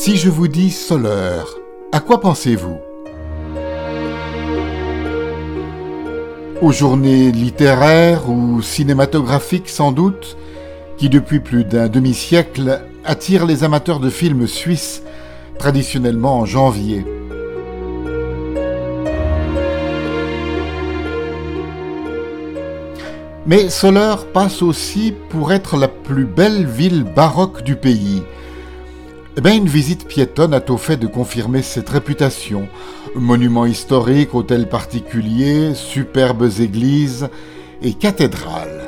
Si je vous dis Soleure, à quoi pensez-vous ? Aux journées littéraires ou cinématographiques sans doute, qui depuis plus d'un demi-siècle attirent les amateurs de films suisses, traditionnellement en janvier. Mais Soleure passe aussi pour être la plus belle ville baroque du pays. Une visite piétonne a au fait de confirmer cette réputation. Monuments historiques, hôtels particuliers, superbes églises et cathédrales.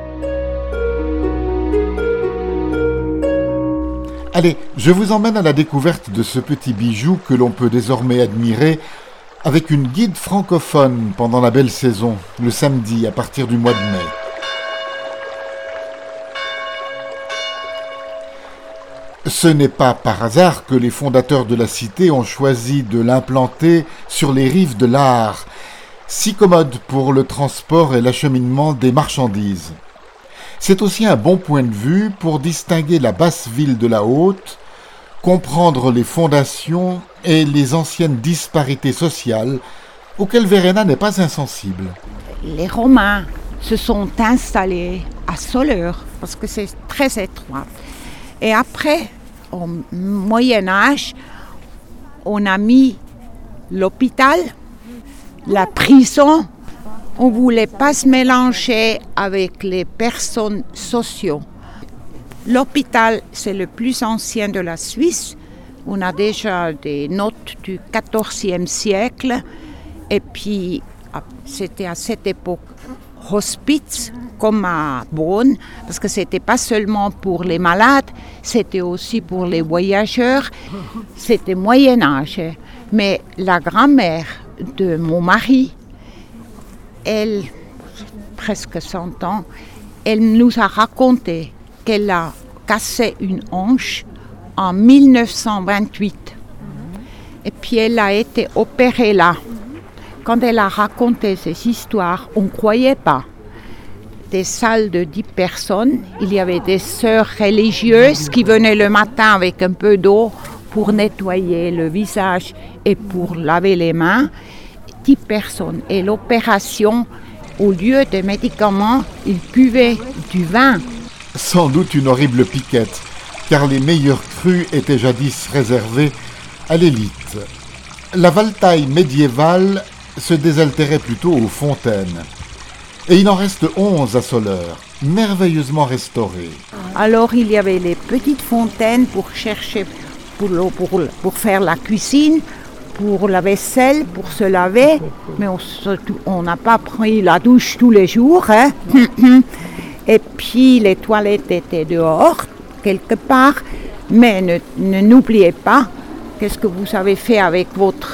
Allez, je vous emmène à la découverte de ce petit bijou que l'on peut désormais admirer avec une guide francophone pendant la belle saison, le samedi à partir du mois de mai. Ce n'est pas par hasard que les fondateurs de la cité ont choisi de l'implanter sur les rives de l'Aar, si commode pour le transport et l'acheminement des marchandises. C'est aussi un bon point de vue pour distinguer la basse ville de la haute, comprendre les fondations et les anciennes disparités sociales auxquelles Verena n'est pas insensible. Les Romains se sont installés à Soleure parce que c'est très étroit. Et après, au Moyen-Âge, on a mis l'hôpital, la prison. On ne voulait pas se mélanger avec les personnes sociaux. L'hôpital, c'est le plus ancien de la Suisse. On a déjà des notes du XIVe siècle. Et puis, c'était à cette époque hospice, comme à Bonn, parce que ce n'était pas seulement pour les malades, c'était aussi pour les voyageurs. C'était Moyen-Âge. Mais la grand-mère de mon mari, elle, presque 100 ans, elle nous a raconté qu'elle a cassé une hanche en 1928. Et puis elle a été opérée là. Quand elle a raconté ces histoires, on ne croyait pas. Des salles de 10 personnes, il y avait des sœurs religieuses qui venaient le matin avec un peu d'eau pour nettoyer le visage et pour laver les mains. 10 personnes. Et l'opération, au lieu de médicaments, ils buvaient du vin. Sans doute une horrible piquette, car les meilleurs crus étaient jadis réservés à l'élite. La valtaille médiévale se désaltérait plutôt aux fontaines. Et il en reste 11 à Soleure, merveilleusement restaurées. Alors il y avait les petites fontaines pour chercher pour l'eau, pour faire la cuisine, pour la vaisselle, pour se laver. Mais on n'a pas pris la douche tous les jours. Hein. Et puis les toilettes étaient dehors, quelque part. Mais n'oubliez pas, qu'est-ce que vous avez fait avec votre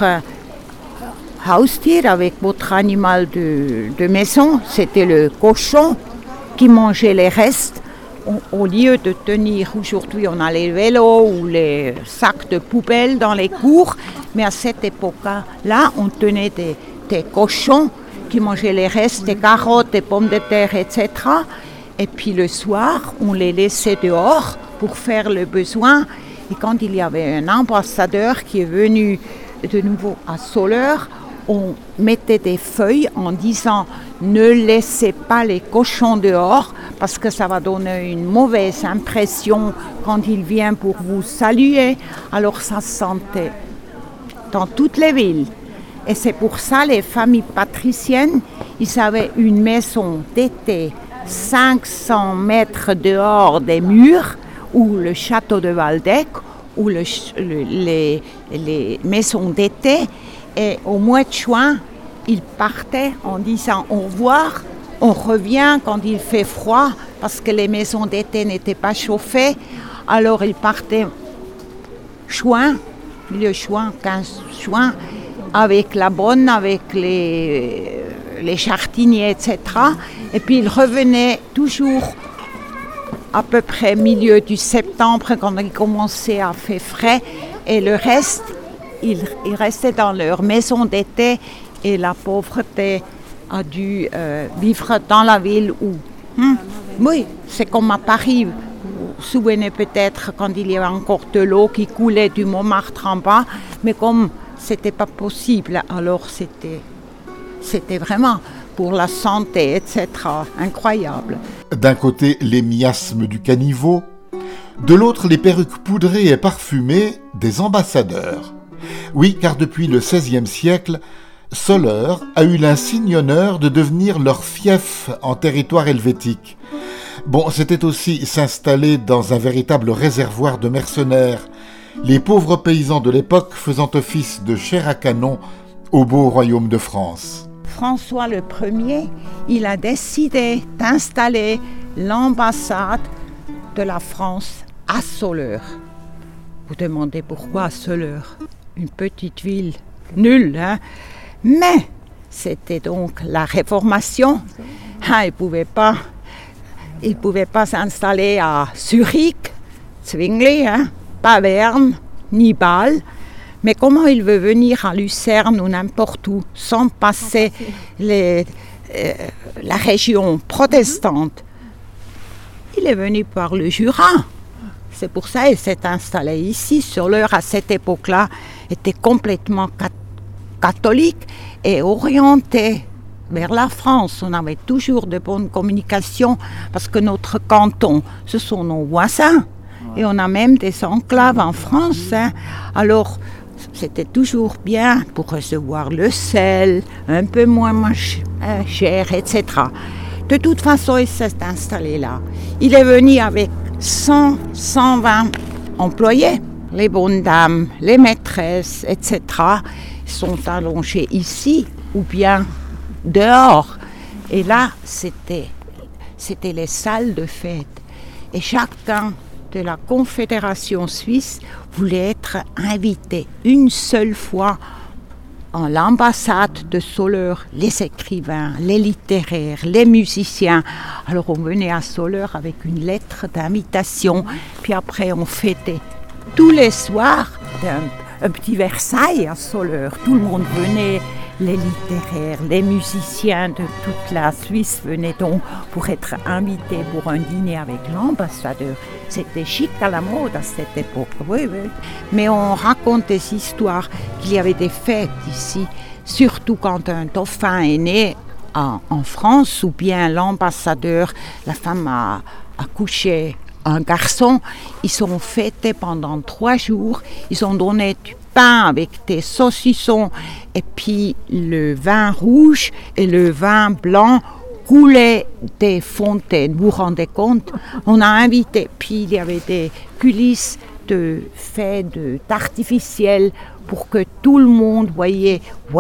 Haustier, avec votre animal de maison? C'était le cochon qui mangeait les restes. Au lieu de tenir, aujourd'hui on a les vélos ou les sacs de poubelle dans les cours, mais à cette époque-là, on tenait des cochons qui mangeaient les restes, des carottes, des pommes de terre, etc. Et puis le soir, on les laissait dehors pour faire le besoin. Et quand il y avait un ambassadeur qui est venu de nouveau à Soleure, on mettait des feuilles en disant « Ne laissez pas les cochons dehors parce que ça va donner une mauvaise impression quand il vient pour vous saluer. » Alors ça se sentait dans toutes les villes. Et c'est pour ça les familles patriciennes, ils avaient une maison d'été 500 mètres dehors des murs, ou le château de Waldeck, ou les maisons d'été. Et au mois de juin, ils partaient en disant au revoir. On revient quand il fait froid parce que les maisons d'été n'étaient pas chauffées. Alors ils partaient milieu juin, 15 juin, avec la bonne, avec les jardiniers, etc. Et puis ils revenaient toujours à peu près milieu du septembre quand il commençait à faire frais. Et le reste, ils restaient dans leur maison d'été et la pauvreté a dû vivre dans la ville où... Oui, c'est comme à Paris. souvenez peut-être quand il y avait encore de l'eau qui coulait du Montmartre en bas, mais comme c'était pas possible, alors c'était vraiment pour la santé, etc. Incroyable. D'un côté, les miasmes du caniveau, de l'autre, les perruques poudrées et parfumées des ambassadeurs. Oui, car depuis le XVIe siècle, Soleure a eu l'insigne honneur de devenir leur fief en territoire helvétique. Bon, c'était aussi s'installer dans un véritable réservoir de mercenaires, les pauvres paysans de l'époque faisant office de chair à canon au beau royaume de France. François le Ier, il a décidé d'installer l'ambassade de la France à Soleure. Vous demandez pourquoi Soleure? Une petite ville nulle, hein? Mais c'était donc la Réformation. Il ne pouvait pas s'installer à Zurich, Zwingli, pas Berne, ni Bâle. Mais comment il veut venir à Lucerne ou n'importe où sans passer la région protestante? Il est venu par le Jura. C'est pour ça qu'il s'est installé ici. Soleure, à cette époque-là, était complètement catholique et orienté vers la France. On avait toujours de bonnes communications parce que notre canton, ce sont nos voisins. Et on a même des enclaves en France. Alors, c'était toujours bien pour recevoir le sel, un peu moins cher, etc. De toute façon, il s'est installé là. Il est venu avec 120 employés. Les bonnes dames, les maîtresses, etc. sont allongés ici ou bien dehors. Et là, c'était les salles de fête. Et chacun de la Confédération suisse voulait être invité une seule fois en l'ambassade de Soleure, les écrivains, les littéraires, les musiciens. Alors on venait à Soleure avec une lettre d'invitation, puis après on fêtait tous les soirs un petit Versailles à Soleure. Tout le monde venait, les littéraires, les musiciens de toute la Suisse venaient donc pour être invités pour un dîner avec l'ambassadeur. C'était chic à la mode à cette époque, oui. Mais on raconte des histoires qu'il y avait des fêtes ici, surtout quand un dauphin est né en France, ou bien l'ambassadeur, la femme a accouché un garçon. Ils ont fêté pendant 3 jours, ils ont donné du pain avec des saucissons et puis le vin rouge et le vin blanc coulaient des fontaines. Vous vous rendez compte? On a invité, puis il y avait des coulisses de fêtes d'artificiels pour que tout le monde voyait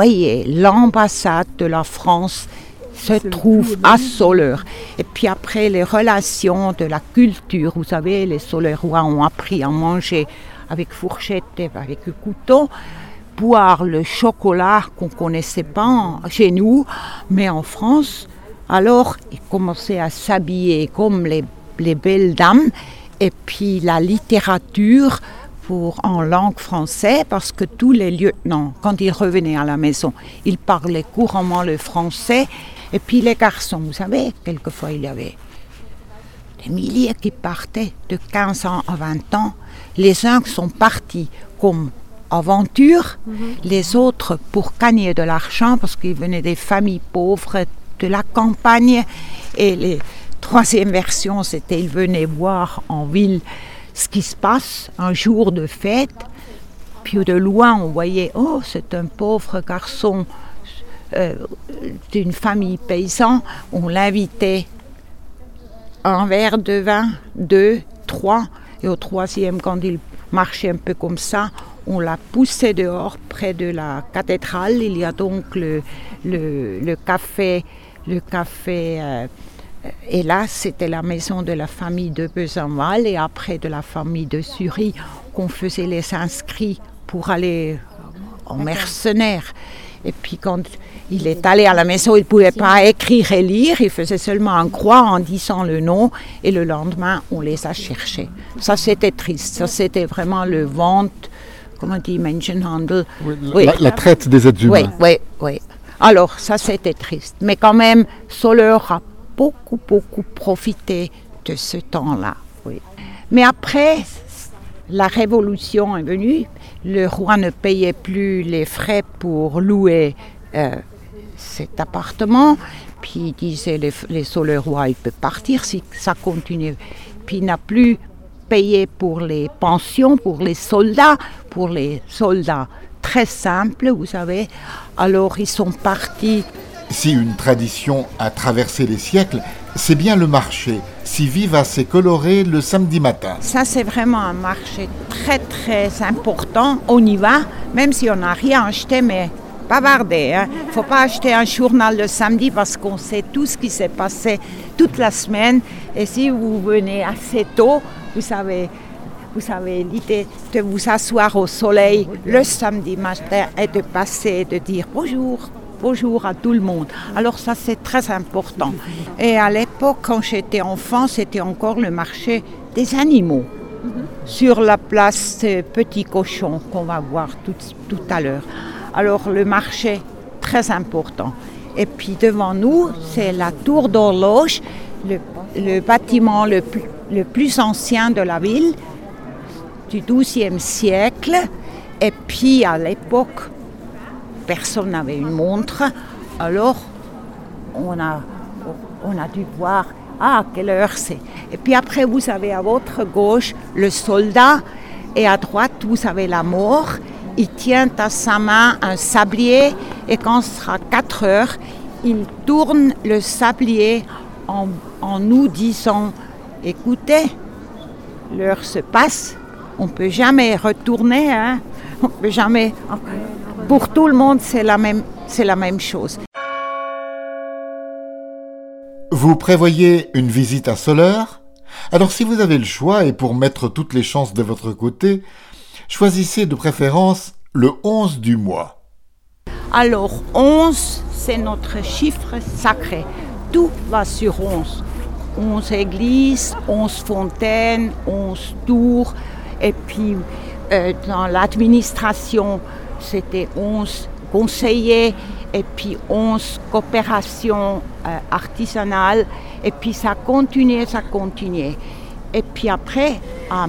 l'ambassade de la France se trouve à Soleure. Et puis après, les relations de la culture, vous savez, les Soleurois ont appris à manger avec fourchette et avec couteau, boire le chocolat qu'on ne connaissait pas chez nous, mais en France, alors ils commençaient à s'habiller comme les belles dames, et puis la littérature en langue française, parce que tous les lieutenants, quand ils revenaient à la maison, ils parlaient couramment le français. Et puis les garçons, vous savez, quelquefois il y avait des milliers qui partaient de 15 ans à 20 ans. Les uns sont partis comme aventure, les autres pour gagner de l'argent, parce qu'ils venaient des familles pauvres, de la campagne. Et la troisième version, c'était ils venaient voir en ville ce qui se passe un jour de fête. Puis de loin, on voyait, oh, c'est un pauvre garçon d'une famille paysanne. On l'invitait un verre de vin, 2, 3, et au troisième, quand il marchait un peu comme ça, on l'a poussé dehors près de la cathédrale. Il y a donc le café, et là c'était la maison de la famille de Besenval, et après de la famille de Sury, qu'on faisait les inscrits pour aller en mercenaires. Et puis quand il est allé à la maison, il ne pouvait pas écrire et lire, il faisait seulement un croix en disant le nom, et le lendemain, on les a cherchés. Ça, c'était triste, ça, c'était vraiment le vente, comment on dit, Menschenhandel. Oui. La traite des êtres humains. Oui. Alors, ça, c'était triste. Mais quand même, Soleure a beaucoup profité de ce temps-là. Oui. Mais après, la révolution est venue. Le roi ne payait plus les frais pour louer cet appartement. Puis il disait, les le roi, il peut partir si ça continue. Puis il n'a plus payé pour les pensions, pour les soldats très simples, vous savez. Alors ils sont partis. Si une tradition a traversé les siècles, c'est bien le marché, si vivace et coloré le samedi matin. Ça, c'est vraiment un marché très, très important. On y va, même si on n'a rien acheté, mais bavarder. Il ne faut pas acheter un journal le samedi parce qu'on sait tout ce qui s'est passé toute la semaine. Et si vous venez assez tôt, vous savez l'idée de vous asseoir au soleil le samedi matin et de passer, de dire bonjour à tout le monde. Alors ça, c'est très important. Et à l'époque, quand j'étais enfant, c'était encore le marché des animaux. Sur la place Petit Cochon qu'on va voir tout à l'heure. Alors le marché, très important. Et puis devant nous, c'est la tour d'horloge, le bâtiment le plus ancien de la ville, du XIIe siècle. Et puis à l'époque, personne n'avait une montre. Alors on a dû voir, quelle heure c'est. Et puis après, vous avez à votre gauche le soldat et à droite, vous avez la mort. Il tient à sa main un sablier et quand ce sera 4 heures, il tourne le sablier en nous disant « Écoutez, l'heure se passe, on ne peut jamais retourner, on peut jamais... » Pour tout le monde, c'est la même chose. Vous prévoyez une visite à Soleure ? Alors si vous avez le choix et pour mettre toutes les chances de votre côté, choisissez de préférence le 11 du mois. Alors 11, c'est notre chiffre sacré. Tout va sur 11. 11 églises, 11 fontaines, 11 tours. Et puis dans l'administration, c'était 11 conseillers. Et puis 11 coopérations artisanales. Et puis ça continuait. Et puis après, en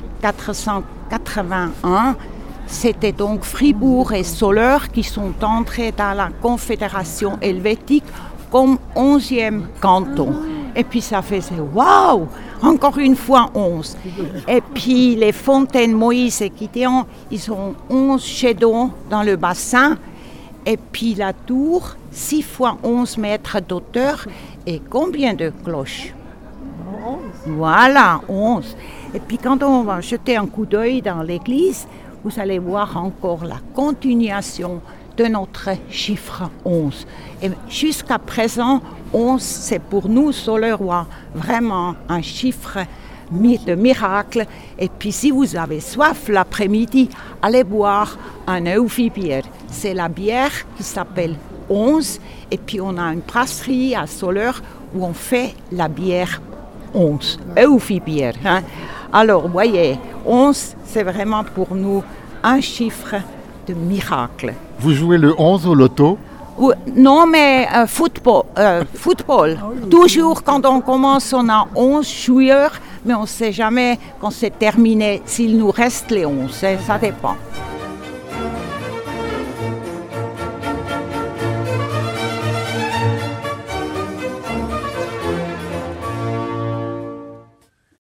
1481, c'était donc Fribourg et Soleure qui sont entrés dans la Confédération helvétique comme 11e canton. Et puis ça faisait waouh, encore une fois 11. Et puis les fontaines Moïse et Gideon, ils ont 11 jets d'eau dans le bassin. Et puis la tour, 6 fois 11 mètres d'auteur. Et combien de cloches ? 11. Voilà, 11. Et puis quand on va jeter un coup d'œil dans l'église, vous allez voir encore la continuation de notre chiffre 11. Et jusqu'à présent, 11, c'est pour nous, Solerois, vraiment un chiffre de miracle. Et puis si vous avez soif l'après-midi, allez boire un Eufy-bière. C'est la bière qui s'appelle 11. Et puis on a une brasserie à Soleure où on fait la bière 11. Eufy-bière. Alors, vous voyez, 11, c'est vraiment pour nous un chiffre de miracle. Vous jouez le 11 au loto ? Non, mais football. Toujours quand on commence, on a 11 joueurs, mais on ne sait jamais quand c'est terminé s'il nous reste les 11. Ça dépend.